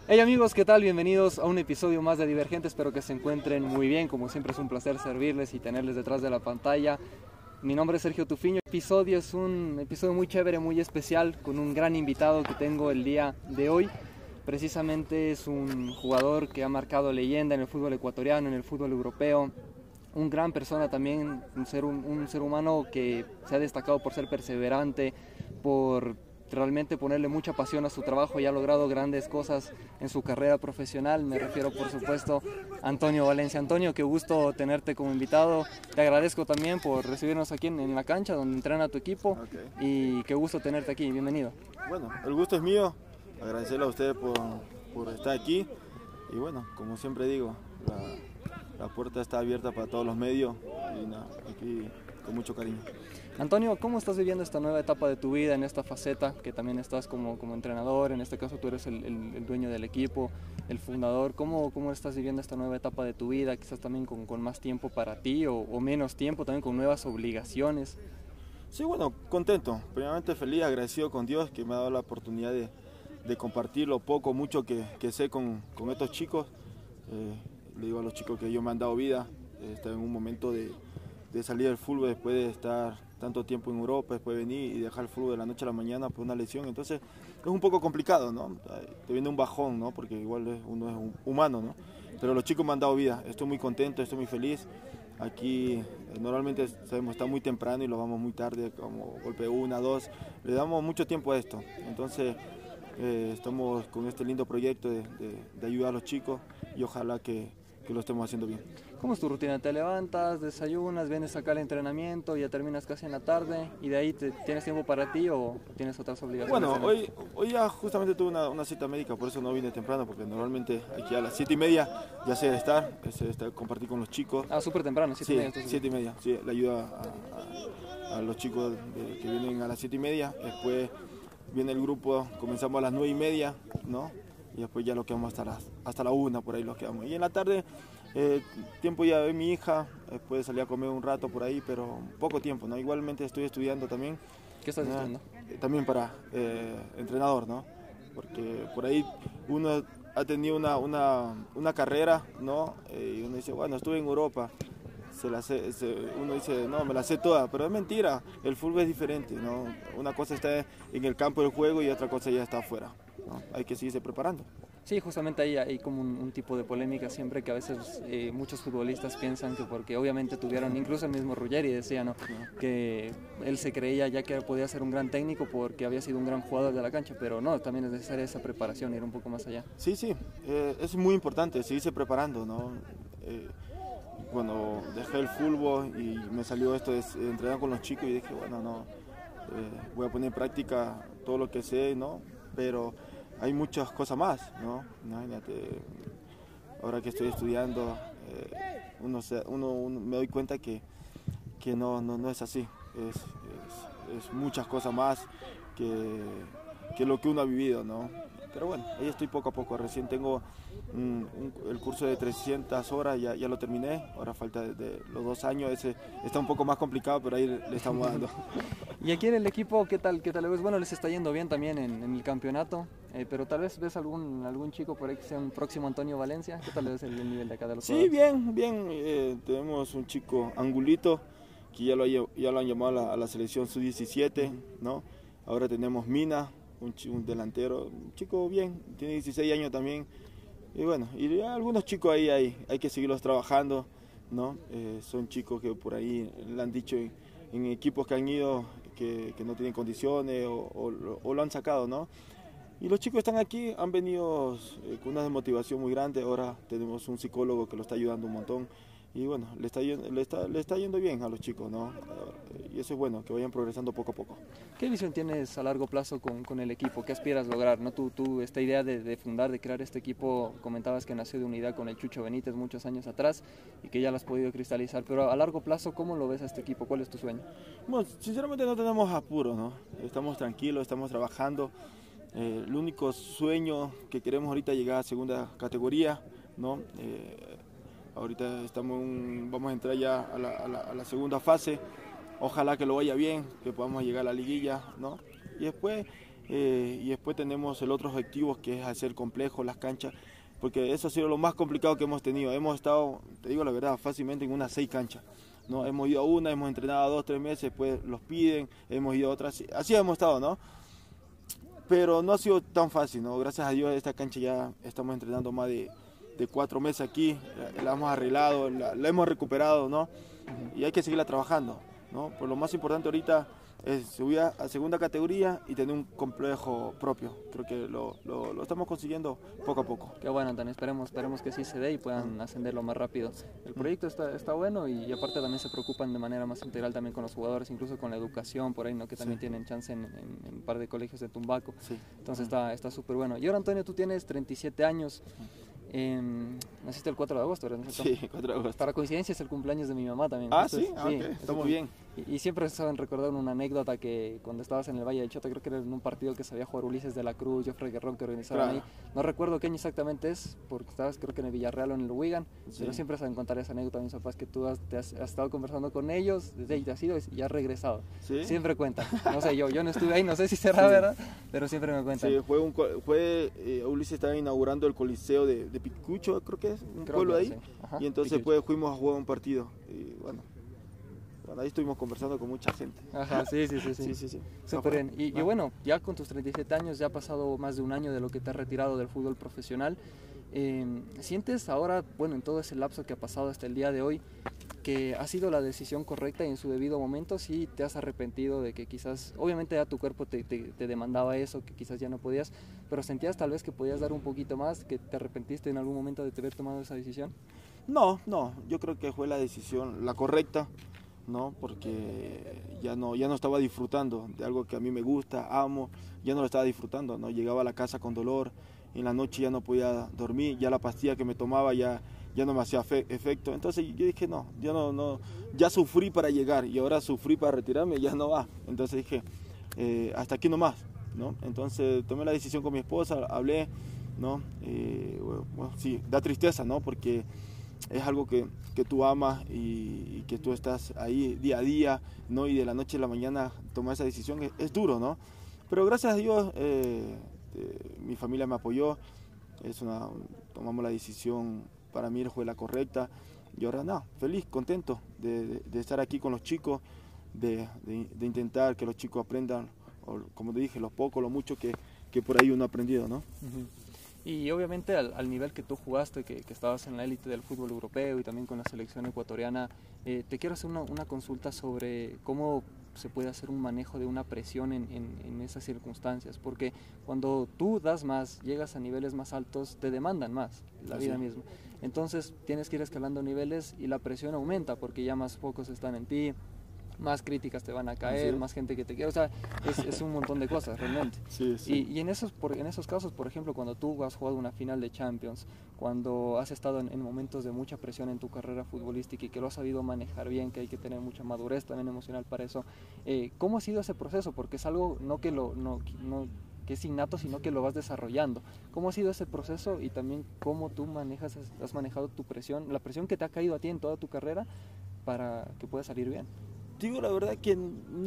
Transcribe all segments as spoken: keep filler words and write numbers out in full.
Hey amigos, ¿qué tal? Bienvenidos a un episodio más de Divergente, espero que se encuentren muy bien, como siempre es un placer servirles y tenerles detrás de la pantalla. Mi nombre es Sergio Tufiño, el episodio es un episodio muy chévere, muy especial, con un gran invitado que tengo el día de hoy. Precisamente es un jugador que ha marcado leyenda en el fútbol ecuatoriano, en el fútbol europeo, un gran persona también, un ser, un, un ser humano que se ha destacado por ser perseverante, por realmente ponerle mucha pasión a su trabajo y ha logrado grandes cosas en su carrera profesional. Me refiero, por supuesto, a Antonio Valencia. Antonio, qué gusto tenerte como invitado. Te agradezco también por recibirnos aquí en, en la cancha donde entrena tu equipo. Okay. Y qué gusto tenerte aquí. Bienvenido. Bueno, el gusto es mío. Agradecerle a ustedes por, por estar aquí. Y bueno, como siempre digo, la, la puerta está abierta para todos los medios y nada, aquí con mucho cariño. Antonio, ¿cómo estás viviendo esta nueva etapa de tu vida en esta faceta que también estás como, como entrenador? En este caso tú eres el, el, el dueño del equipo, el fundador. ¿Cómo, ¿Cómo estás viviendo esta nueva etapa de tu vida? Quizás también con, con más tiempo para ti o, o menos tiempo, también con nuevas obligaciones. Sí, bueno, contento, primeramente feliz, agradecido con Dios que me ha dado la oportunidad de, de compartir lo poco, mucho que, que sé con, con estos chicos. Eh, le digo a los chicos que ellos me han dado vida, eh, estar en un momento de, de salir del fútbol después de estar tanto tiempo en Europa, después de venir y dejar el fútbol de la noche a la mañana por una lesión. Entonces es un poco complicado, ¿no? Te viene un bajón, ¿no? Porque igual uno es un humano, ¿no? Pero los chicos me han dado vida, estoy muy contento, estoy muy feliz. Aquí normalmente sabemos está muy temprano y lo vamos muy tarde, como golpe una, dos, le damos mucho tiempo a esto. Entonces eh, estamos con este lindo proyecto de, de, de ayudar a los chicos y ojalá que, que lo estemos haciendo bien. ¿Cómo es tu rutina? ¿Te levantas, desayunas, vienes acá al entrenamiento, ya terminas casi en la tarde y de ahí te, tienes tiempo para ti o tienes otras obligaciones? Bueno, hoy, hoy ya justamente tuve una, una cita médica, por eso no vine temprano, porque normalmente aquí a las siete y media ya sé de estar, sé de estar, compartir con los chicos. Ah, súper temprano, siete y media. Sí, siete y media, sí, le ayuda a, a, a los chicos de, que vienen a las siete y media, después viene el grupo, comenzamos a las nueve y media, ¿no? Y después ya lo quedamos hasta las hasta la una, por ahí los quedamos. Y en la tarde, eh, tiempo ya de mi hija, después salí a comer un rato por ahí, pero poco tiempo, ¿no? Igualmente estoy estudiando también. ¿Qué estás ¿no? estudiando? También para eh, entrenador, ¿no? Porque por ahí uno ha tenido una, una, una carrera, ¿no? Eh, y uno dice, bueno, estuve en Europa. Se la sé, se, uno dice, no, me la sé toda, pero es mentira, el fútbol es diferente, ¿no? Una cosa está en el campo del juego y otra cosa ya está afuera, ¿no? Hay que seguirse preparando. Sí, justamente ahí hay como un, un tipo de polémica siempre que a veces eh, muchos futbolistas piensan que porque obviamente tuvieron, incluso el mismo Ruggeri decía, ¿no? Que él se creía ya que podía ser un gran técnico porque había sido un gran jugador de la cancha, pero no, también es necesaria esa preparación, ir un poco más allá. Sí, sí, eh, es muy importante seguirse preparando, ¿no? Eh, Cuando dejé el fútbol y me salió esto de entrenar con los chicos y dije, bueno, no, eh, voy a poner en práctica todo lo que sé, ¿no? Pero hay muchas cosas más, ¿no? Imagínate, ahora que estoy estudiando, eh, uno, se, uno, uno me doy cuenta que, que no, no, no es así, es, es, es muchas cosas más que, que lo que uno ha vivido, ¿no? Pero bueno, ahí estoy poco a poco, recién tengo un, un, el curso de trescientas horas, ya, ya lo terminé, ahora falta de, de los dos años, ese está un poco más complicado, pero ahí le estamos dando. Y aquí en el equipo, ¿qué tal? ¿Qué tal ves? Bueno, les está yendo bien también en, en el campeonato, eh, pero tal vez ves algún, algún chico por ahí que sea un próximo Antonio Valencia. ¿Qué tal ves el, el nivel de acá de los Sí, jugadores? bien, bien, eh, tenemos un chico Angulito, que ya lo, ya lo han llamado a la, a la selección sub diecisiete, ¿no? Ahora tenemos Mina, Un, un delantero, un chico bien, tiene dieciséis años también, y bueno, y algunos chicos ahí hay, hay que seguirlos trabajando, ¿no? Eh, son chicos que por ahí le han dicho en, en equipos que han ido que, que no tienen condiciones o, o, o lo han sacado, ¿no? Y los chicos están aquí, han venido eh, con una desmotivación muy grande, ahora tenemos un psicólogo que lo está ayudando un montón. Y bueno, le está, le, está, le está yendo bien a los chicos, ¿no? Y eso es bueno, que vayan progresando poco a poco. ¿Qué visión tienes a largo plazo con, con el equipo? ¿Qué aspiras lograr? ¿No? Tú, tú, esta idea de, de fundar, de crear este equipo, comentabas que nació de unidad con el Chucho Benítez muchos años atrás y que ya lo has podido cristalizar, pero a largo plazo, ¿cómo lo ves a este equipo? ¿Cuál es tu sueño? Bueno, sinceramente no tenemos apuro, ¿no? Estamos tranquilos, estamos trabajando. Eh, el único sueño que queremos ahorita es llegar a segunda categoría, ¿no? Eh, Ahorita estamos un, vamos a entrar ya a la, a, la, a la segunda fase. Ojalá que lo vaya bien, que podamos llegar a la liguilla, ¿no? Y después eh, y después tenemos el otro objetivo que es hacer complejo las canchas, porque eso ha sido lo más complicado que hemos tenido. Hemos estado, te digo la verdad, fácilmente en unas seis canchas. ¿No? Hemos ido a una, hemos entrenado a dos, tres meses, después los piden, hemos ido a otras, así hemos estado, ¿no? Pero no ha sido tan fácil, ¿no? Gracias a Dios esta cancha ya estamos entrenando más de, de cuatro meses aquí, la, la hemos arreglado, la, la hemos recuperado, ¿no? Y hay que seguirla trabajando, ¿no? Pues lo más importante ahorita es subir a segunda categoría y tener un complejo propio. Creo que lo, lo, lo estamos consiguiendo poco a poco. Qué bueno, Antonio, esperemos, esperemos que sí se dé y puedan ascender lo más rápido. El proyecto está, está bueno y, y aparte también se preocupan de manera más integral también con los jugadores, incluso con la educación por ahí, ¿no? Que también sí. tienen chance en, en, en un par de colegios de Tumbaco. Sí. Entonces está está súper bueno. Y ahora, Antonio, tú tienes treinta y siete años. Eh, naciste el cuatro de agosto, ¿verdad? Sí, cuatro de agosto. Para coincidencia es el cumpleaños de mi mamá también. Ah, Entonces, sí, ah, sí okay. Está muy bien. Y, y siempre saben recordar una anécdota que cuando estabas en el Valle del Chota, creo que era en un partido que sabía jugar Ulises de la Cruz, Jofre Guerrón, que organizaban claro. ahí. No recuerdo qué año exactamente es, porque estabas creo que en el Villarreal o en el Wigan, sí. pero siempre saben contar esa anécdota, mis papás, que tú has, te has, has estado conversando con ellos, desde ahí te has ido y has regresado. ¿Sí? Siempre cuentan. No sé, yo, yo no estuve ahí, no sé si será sí. verdad, pero siempre me cuentan. Sí, fue, un, fue eh, Ulises estaba inaugurando el Coliseo de, de Picucho, creo que es, un creo pueblo que, ahí, sí. Ajá, y entonces pues, fuimos a jugar un partido, y bueno, bueno, ahí estuvimos conversando con mucha gente. Ajá, sí, sí, sí, sí, sí, sí, sí. Súper bien, y, y bueno, ya con tus treinta y siete años, ya ha pasado más de un año de lo que te has retirado del fútbol profesional, eh, ¿sientes ahora, bueno, en todo ese lapso que ha pasado hasta el día de hoy, que ha sido la decisión correcta y en su debido momento? ¿Sí te has arrepentido de que quizás, obviamente ya tu cuerpo te, te, te demandaba eso, que quizás ya no podías, pero sentías tal vez que podías dar un poquito más, que te arrepentiste en algún momento de haber tomado esa decisión? No, no, yo creo que fue la decisión, la correcta, ¿no? Porque ya no, ya no estaba disfrutando de algo que a mí me gusta, amo, ya no lo estaba disfrutando, ¿no? Llegaba a la casa con dolor, en la noche ya no podía dormir, ya la pastilla que me tomaba ya... ya no me hacía efecto, entonces yo dije no, yo no, no, ya sufrí para llegar y ahora sufrí para retirarme, ya no va, entonces dije, eh, hasta aquí nomás, ¿no? Entonces tomé la decisión con mi esposa, hablé, ¿no? Eh, bueno, sí, da tristeza, ¿no? Porque es algo que, que tú amas y, y que tú estás ahí día a día, ¿no? Y de la noche a la mañana tomar esa decisión es, es duro, ¿no? Pero gracias a Dios eh, eh, mi familia me apoyó, es una, tomamos la decisión. Para mí fue la correcta y ahora nada, feliz, contento de, de, de estar aquí con los chicos, de, de, de intentar que los chicos aprendan, o, como te dije, lo poco, lo mucho que, que por ahí uno ha aprendido, ¿no? Uh-huh. Y obviamente al, al nivel que tú jugaste, que, que estabas en la élite del fútbol europeo y también con la selección ecuatoriana, eh, te quiero hacer una, una consulta sobre cómo se puede hacer un manejo de una presión en, en, en esas circunstancias, porque cuando tú das más, llegas a niveles más altos, te demandan más, la Así. vida misma. Entonces tienes que ir escalando niveles y la presión aumenta porque ya más focos están en ti, más críticas te van a caer, sí. más gente que te quiere, o sea, es, es un montón de cosas realmente. Sí, sí. Y, y en, esos, por, en esos casos, por ejemplo, cuando tú has jugado una final de Champions, cuando has estado en, en momentos de mucha presión en tu carrera futbolística y que lo has sabido manejar bien, que hay que tener mucha madurez también emocional para eso, eh, ¿cómo ha sido ese proceso? Porque es algo no que lo... No, no, que es innato, sino que lo vas desarrollando. ¿Cómo ha sido ese proceso y también cómo tú manejas, has manejado tu presión, la presión que te ha caído a ti en toda tu carrera para que pueda salir bien? Digo la verdad que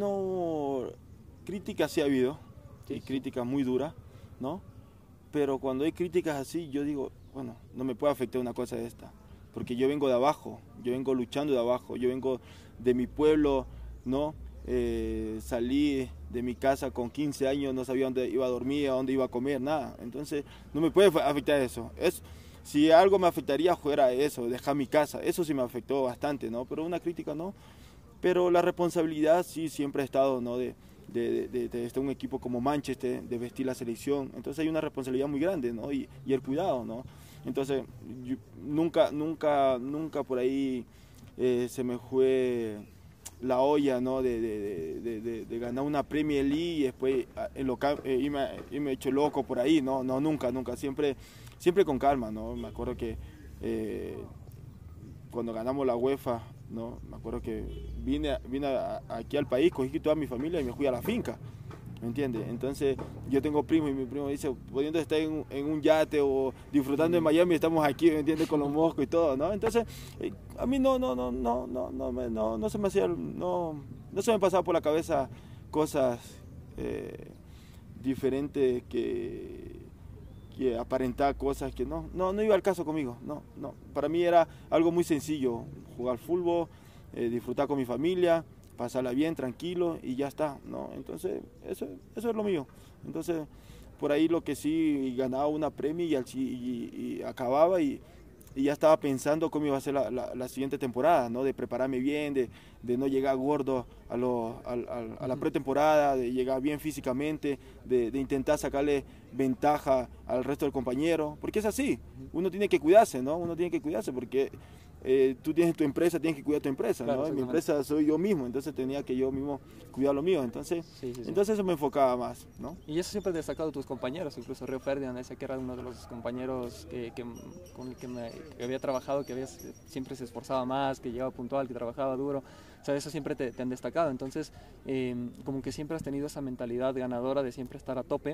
no, críticas sí ha habido, sí, y sí. críticas muy duras, ¿no? Pero cuando hay críticas así, yo digo, bueno, no me puede afectar una cosa de esta, porque yo vengo de abajo, yo vengo luchando de abajo, yo vengo de mi pueblo, ¿no? Eh, salí de mi casa con quince años, no sabía dónde iba a dormir, a dónde iba a comer, nada. Entonces no me puede afectar eso. Es, si algo me afectaría fuera eso, dejar mi casa, eso sí me afectó bastante, ¿no? Pero una crítica no. Pero la responsabilidad sí siempre ha estado, ¿no? De, de, de, de estar un equipo como Manchester, de vestir la selección. Entonces hay una responsabilidad muy grande, ¿no? Y, y el cuidado, ¿no? Entonces yo, nunca, nunca, nunca por ahí eh, se me fue la olla, ¿no? de, de, de, de, de ganar una Premier League y después en lo, eh, irme, irme hecho loco por ahí, no, no, nunca, nunca, siempre, siempre con calma, ¿no? Me acuerdo que eh, cuando ganamos la UEFA, ¿no? Me acuerdo que vine, vine a, aquí al país, cogí toda mi familia y me fui a la finca, ¿me entiendes? Entonces yo tengo primos y mi primo dice, pudiendo estar en, en un yate o disfrutando en Miami, estamos aquí, ¿me entiendes? Con los moscos y todo, ¿no? Entonces eh, a mí no, no, no, no, no, no, me, no, no se me hacía, no, no se me pasaba por la cabeza cosas eh, diferente que, que aparentar cosas que no, no, no iba al caso conmigo, no, no. Para mí era algo muy sencillo, jugar fútbol, eh, disfrutar con mi familia, pasarla bien, tranquilo y ya está, ¿no? Entonces, eso, eso es lo mío. Entonces, por ahí lo que sí, ganaba una premio y, y, y, y acababa y, y ya estaba pensando cómo iba a ser la, la, la siguiente temporada, ¿no? De prepararme bien, de, de no llegar gordo a, lo, a, a, a la pretemporada, de llegar bien físicamente, de, de intentar sacarle ventaja al resto del compañero, porque es así, uno tiene que cuidarse, ¿no? Uno tiene que cuidarse porque eh, tú tienes tu empresa, tienes que cuidar tu empresa, claro, ¿no? Mi empresa soy yo mismo, entonces tenía que yo mismo cuidar lo mío, entonces, sí, sí, sí. entonces eso me enfocaba más, ¿no? Y eso siempre he destacado de tus compañeros, incluso Río Ferdinand, ese que era uno de los compañeros que, que, con el que, me, que había trabajado, que había, siempre se esforzaba más, que llegaba puntual, que trabajaba duro, o sea, eso siempre te, te han destacado, entonces eh, como que siempre has tenido esa mentalidad ganadora de siempre estar a tope.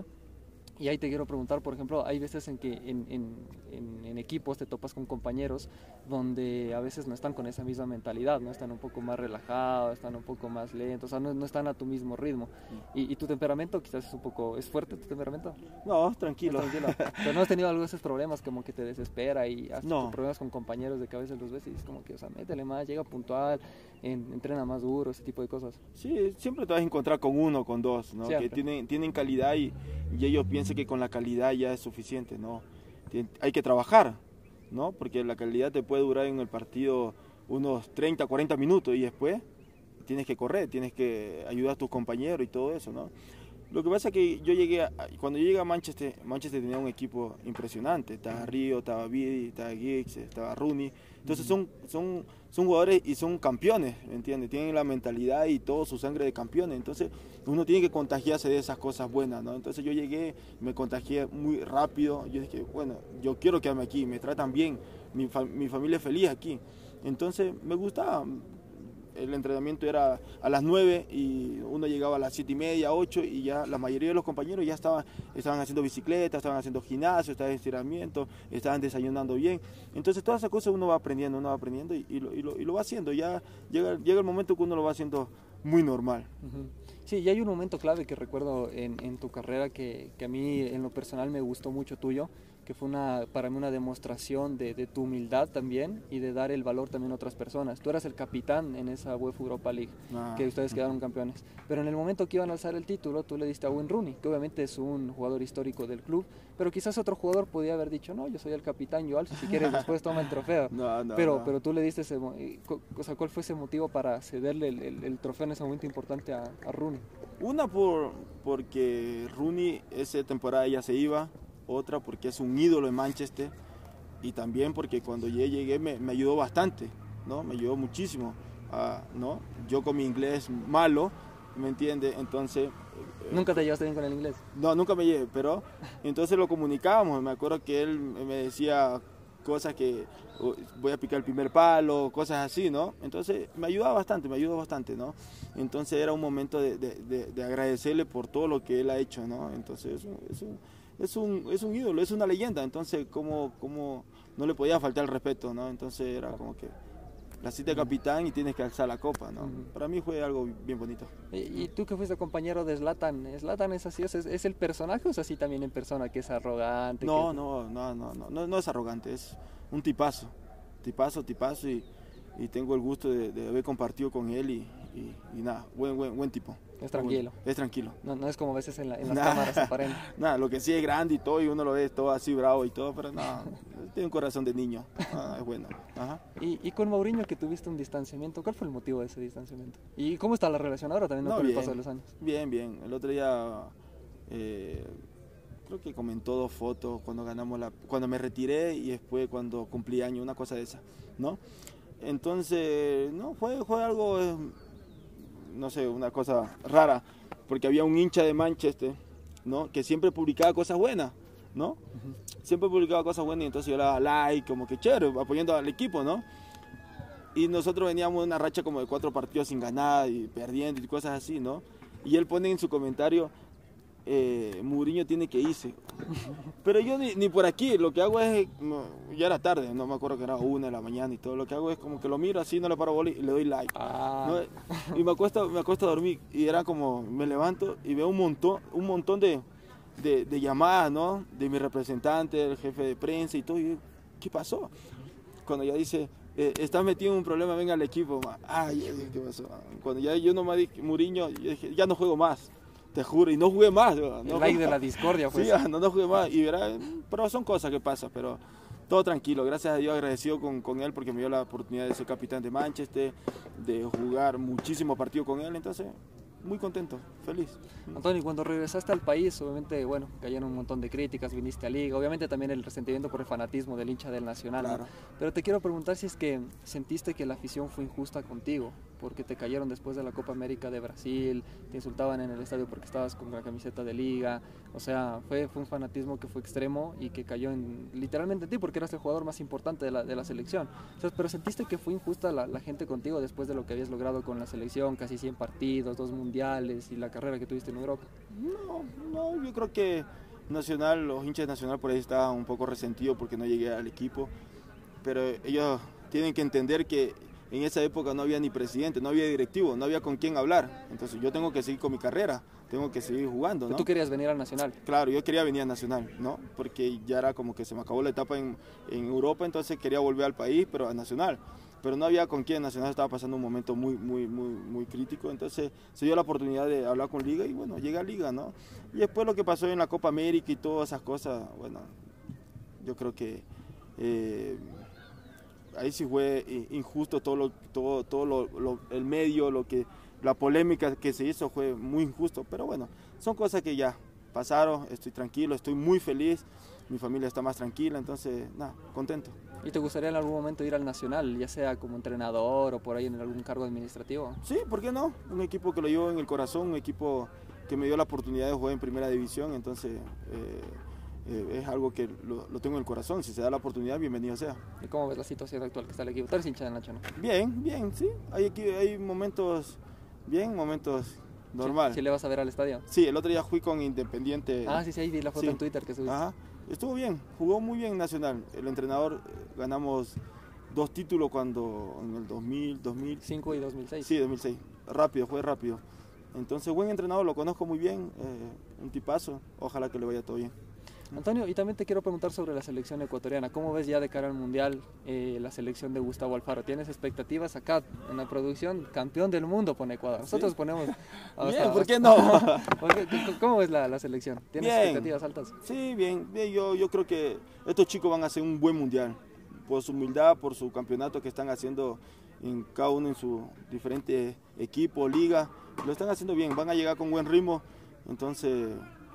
Y ahí te quiero preguntar, por ejemplo, hay veces en que en, en, en, en equipos te topas con compañeros donde a veces no están con esa misma mentalidad, no están un poco más relajados, están un poco más lentos, o sea, no, no están a tu mismo ritmo. Y, y tu temperamento quizás es un poco, ¿es fuerte tu temperamento? No, tranquilo. No, tranquilo. Pero no has tenido algo de esos problemas como que te desespera y has no. problemas con compañeros de que a veces los ves y es como que, o sea, métele más, llega puntual, en, entrena más duro, ese tipo de cosas. Sí, siempre te vas a encontrar con uno, con dos, ¿no? Siempre. Que tienen, tienen calidad y, y ellos piensan que con la calidad ya es suficiente, ¿no? Hay que trabajar, ¿no? Porque la calidad te puede durar en el partido unos treinta, cuarenta minutos y después tienes que correr, tienes que ayudar a tus compañeros y todo eso, ¿no? Lo que pasa es que yo llegué, a, cuando yo llegué a Manchester, Manchester tenía un equipo impresionante, estaba Río, estaba Vidi, estaba Giggs, estaba Rooney, entonces son, son, son jugadores y son campeones, ¿me entiendes? Tienen la mentalidad y todo su sangre de campeones, entonces uno tiene que contagiarse de esas cosas buenas, ¿no? Entonces yo llegué, me contagié muy rápido, yo dije, bueno, yo quiero quedarme aquí, me tratan bien, mi, fa, mi familia es feliz aquí, entonces me gustaba. El entrenamiento era a las nueve y uno llegaba a las siete y media, ocho y ya la mayoría de los compañeros ya estaban, estaban haciendo bicicleta, estaban haciendo gimnasio, estaban estiramiento, estaban desayunando bien. Entonces todas esas cosas uno va aprendiendo, uno va aprendiendo y, y, lo, y, lo, y lo va haciendo. Ya llega, llega el momento que uno lo va haciendo muy normal. Uh-huh. Sí, y hay un momento clave que recuerdo en, en tu carrera que, que a mí en lo personal me gustó mucho tuyo, que fue una, para mí una demostración de, de tu humildad también y de dar el valor también a otras personas. Tú eras el capitán en esa UEFA Europa League, ah, que ustedes quedaron campeones. Pero en el momento que iban a alzar el título, tú le diste a Wayne Rooney, que obviamente es un jugador histórico del club, pero quizás otro jugador podía haber dicho, no, yo soy el capitán, yo alzo, si quieres después toma el trofeo. No, no, pero, no. pero tú le diste ese, o sea, ¿cuál fue ese motivo para cederle el, el, el trofeo en ese momento importante a, a Rooney? Una por, porque Rooney esa temporada ya se iba, otra porque es un ídolo en Manchester y también porque cuando yo llegué me, me ayudó bastante, ¿no? Me ayudó muchísimo, uh, ¿no? Yo con mi inglés malo, ¿me entiendes? Entonces... ¿Nunca te llevaste bien con el inglés? No, nunca me llevé, pero entonces lo comunicábamos, me acuerdo que él me decía cosas que voy a picar el primer palo, cosas así, ¿no? Entonces me ayudaba bastante, me ayudó bastante, ¿no? Entonces era un momento de, de, de, de agradecerle por todo lo que él ha hecho, ¿no? Entonces eso, eso Es un, es un ídolo, es una leyenda, entonces ¿cómo, cómo no le podía faltar el respeto, ¿no? Entonces era como que la cita de capitán y tienes que alzar la copa, ¿no? Uh-huh. Para mí fue algo bien bonito. ¿Y, y tú que fuiste compañero de Zlatan? ¿Zlatan es así? ¿Es, es el personaje o es así también en persona, que es arrogante? No, que... no, no, no, no, no, no es arrogante, es un tipazo, tipazo, tipazo y, y tengo el gusto de, de haber compartido con él y, y, y nada, buen, buen, buen tipo. Es tranquilo. Bueno, es tranquilo. No, no es como a veces en, la, en las nah, cámaras aparente. Nada, lo que sí es grande y todo, y uno lo ve todo así bravo y todo, pero no, tiene un corazón de niño. Ah, es bueno. Ajá. Y, y con Mourinho, que tuviste un distanciamiento, ¿cuál fue el motivo de ese distanciamiento? ¿Y cómo está la relación ahora también, no, no, con bien, el paso de los años? Bien, bien. El otro día eh, creo que comentó dos fotos cuando ganamos la, cuando me retiré y después cuando cumplí año, una cosa de esa, ¿no? Entonces, no, fue, fue algo... Eh, no sé, una cosa rara, porque había un hincha de Manchester, ¿no? Que siempre publicaba cosas buenas, ¿no? Uh-huh. Siempre publicaba cosas buenas y entonces yo le daba like, como que chévere, apoyando al equipo, ¿no? Y nosotros veníamos de una racha como de cuatro partidos sin ganar y perdiendo y cosas así, ¿no? Y él pone en su comentario, eh, Mourinho tiene que irse. Pero yo ni, ni por aquí, lo que hago es, no, ya era tarde, no me acuerdo que era una de la mañana y todo, lo que hago es como que lo miro así, no le paro bola y le doy like. Ah. ¿No? Y me acuesto, me acuesto a dormir y era como, me levanto y veo un montón, un montón de, de, de llamadas, ¿no? De mi representante, el jefe de prensa y todo. Y yo, ¿qué pasó? Cuando ya dice, eh, estás metido en un problema, venga al equipo. Ay, ¿qué pasó? Cuando ya yo nomás dije, Mourinho, yo dije, ya no juego más. Te juro, y no jugué más. No, el like de la discordia, pues. Sí, no, no jugué más. Y verá, pero son cosas que pasan, pero todo tranquilo. Gracias a Dios, agradecido con, con él porque me dio la oportunidad de ser capitán de Manchester, de jugar muchísimos partidos con él. Entonces, muy contento, feliz. Antonio, cuando regresaste al país, obviamente, bueno, cayeron un montón de críticas, viniste a Liga, obviamente también el resentimiento por el fanatismo del hincha del Nacional, Claro. ¿no? Pero te quiero preguntar si es que sentiste que la afición fue injusta contigo, porque te cayeron después de la Copa América de Brasil, te insultaban en el estadio porque estabas con la camiseta de Liga, o sea, fue, fue un fanatismo que fue extremo y que cayó en, literalmente en ti, porque eras el jugador más importante de la, de la selección. Entonces, pero sentiste que fue injusta la, la gente contigo después de lo que habías logrado con la selección, casi cien partidos, dos mundiales y la carrera que tuviste en Europa. No, no, yo creo que Nacional, los hinchas de Nacional por ahí estaban un poco resentidos porque no llegué al equipo, pero ellos tienen que entender que en esa época no había ni presidente, no había directivo, no había con quién hablar, entonces yo tengo que seguir con mi carrera, tengo que seguir jugando, ¿no? ¿Tú querías venir al Nacional? Claro, yo quería venir al Nacional, ¿no? Porque ya era como que se me acabó la etapa en, en Europa, entonces quería volver al país, pero al Nacional. Pero no había con quién, Nacional estaba pasando un momento muy, muy, muy, muy crítico, entonces se dio la oportunidad de hablar con Liga y bueno, llegué a Liga, ¿no? Y después lo que pasó en la Copa América y todas esas cosas, bueno, yo creo que eh, ahí sí fue injusto todo, lo, todo, todo lo, lo, el medio, lo que, la polémica que se hizo fue muy injusto, pero bueno, son cosas que ya pasaron, estoy tranquilo, estoy muy feliz, mi familia está más tranquila, entonces, nada, contento. ¿Y te gustaría en algún momento ir al Nacional, ya sea como entrenador o por ahí en algún cargo administrativo? Sí, ¿por qué no? Un equipo que lo llevo en el corazón, un equipo que me dio la oportunidad de jugar en primera división, entonces eh, eh, es algo que lo, lo tengo en el corazón, si se da la oportunidad, bienvenido sea. ¿Y cómo ves la situación actual que está el equipo? ¿Tú eres hincha del Nacional? Bien, bien, sí, hay, aquí, hay momentos bien, momentos normal. ¿Sí, sí le vas a ver al estadio? Sí, el otro día fui con Independiente. Ah, sí, sí, ahí vi la foto sí. en Twitter que subiste. Ajá. Estuvo bien, jugó muy bien Nacional. El entrenador, eh, ganamos dos títulos cuando en el dos mil, dos mil cinco y dos mil seis. Sí, dos mil seis. Rápido, fue rápido. Entonces, buen entrenador, lo conozco muy bien, eh, un tipazo. Ojalá que le vaya todo bien. Antonio, y también te quiero preguntar sobre la selección ecuatoriana. ¿Cómo ves ya de cara al Mundial eh, la selección de Gustavo Alfaro? ¿Tienes expectativas acá en la producción? Campeón del mundo pone Ecuador. Nosotros sí. ponemos... Hasta, bien, ¿por qué no? ¿Cómo ves la, la selección? ¿Tienes bien. expectativas altas? Sí, bien. bien. Yo, yo creo que estos chicos van a hacer un buen Mundial. Por su humildad, por su campeonato que están haciendo en cada uno en su diferente equipo, liga. Lo están haciendo bien, van a llegar con buen ritmo. Entonces...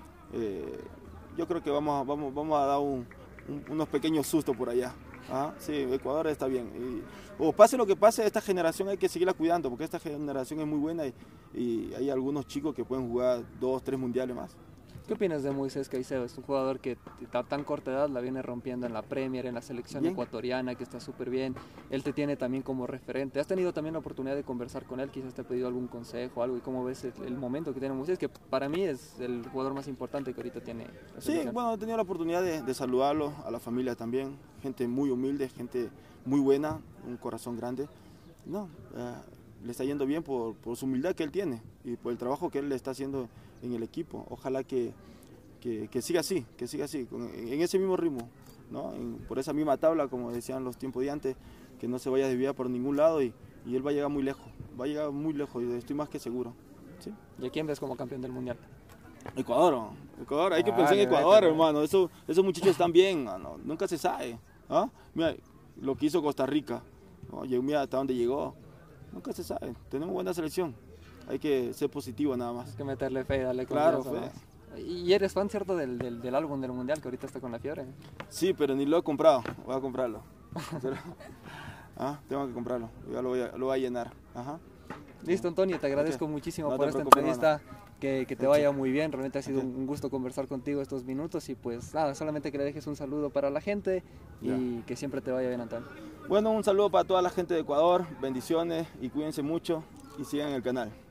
Eh, yo creo que vamos, vamos, vamos a dar un, un, unos pequeños sustos por allá. ¿Ah? Sí, Ecuador está bien. Y, o pase lo que pase, esta generación hay que seguirla cuidando, porque esta generación es muy buena y, y hay algunos chicos que pueden jugar dos, tres mundiales más. ¿Qué opinas de Moisés Caicedo? Es un jugador que a tan corta edad la viene rompiendo en la Premier, en la selección bien. ecuatoriana, que está súper bien. Él te tiene también como referente. ¿Has tenido también la oportunidad de conversar con él? Quizás te ha pedido algún consejo, algo. ¿Y cómo ves el, el momento que tiene Moisés? Que para mí es el jugador más importante que ahorita tiene la selección. Sí, bueno, he tenido la oportunidad de, de saludarlo, a la familia también. Gente muy humilde, gente muy buena, un corazón grande. No, eh, le está yendo bien por, por su humildad que él tiene y por el trabajo que él le está haciendo en el equipo. Ojalá que, que, que siga así, que siga así, con, en ese mismo ritmo, ¿no? En, por esa misma tabla, como decían los tiempos de antes, que no se vaya a desviar por ningún lado y, y él va a llegar muy lejos, va a llegar muy lejos, y estoy más que seguro. ¿Sí? ¿Y a quién ves como campeón del Mundial? Ecuador, Ecuador, hay que ah, pensar en Ecuador, vete, hermano, Eso, esos muchachos están bien, no, nunca se sabe. ¿Ah? Mira, lo que hizo Costa Rica, ¿no? Mira hasta dónde llegó. Nunca se sabe, tenemos buena selección, hay que ser positivo nada más. Hay que meterle fe y darle claro, fe. ¿Y eres fan, cierto, del, del, del álbum del Mundial que ahorita está con la fiebre? Sí, pero ni lo he comprado, voy a comprarlo. Pero, ah, tengo que comprarlo, ya lo voy a, lo voy a llenar. Ajá. Listo, Antonio, te agradezco okay. muchísimo no por esta entrevista. Que, que te vaya muy bien, realmente ha sido okay. un gusto conversar contigo estos minutos y pues nada, solamente que le dejes un saludo para la gente y yeah. que siempre te vaya bien, Antonio. Bueno, un saludo para toda la gente de Ecuador, bendiciones y cuídense mucho y sigan el canal.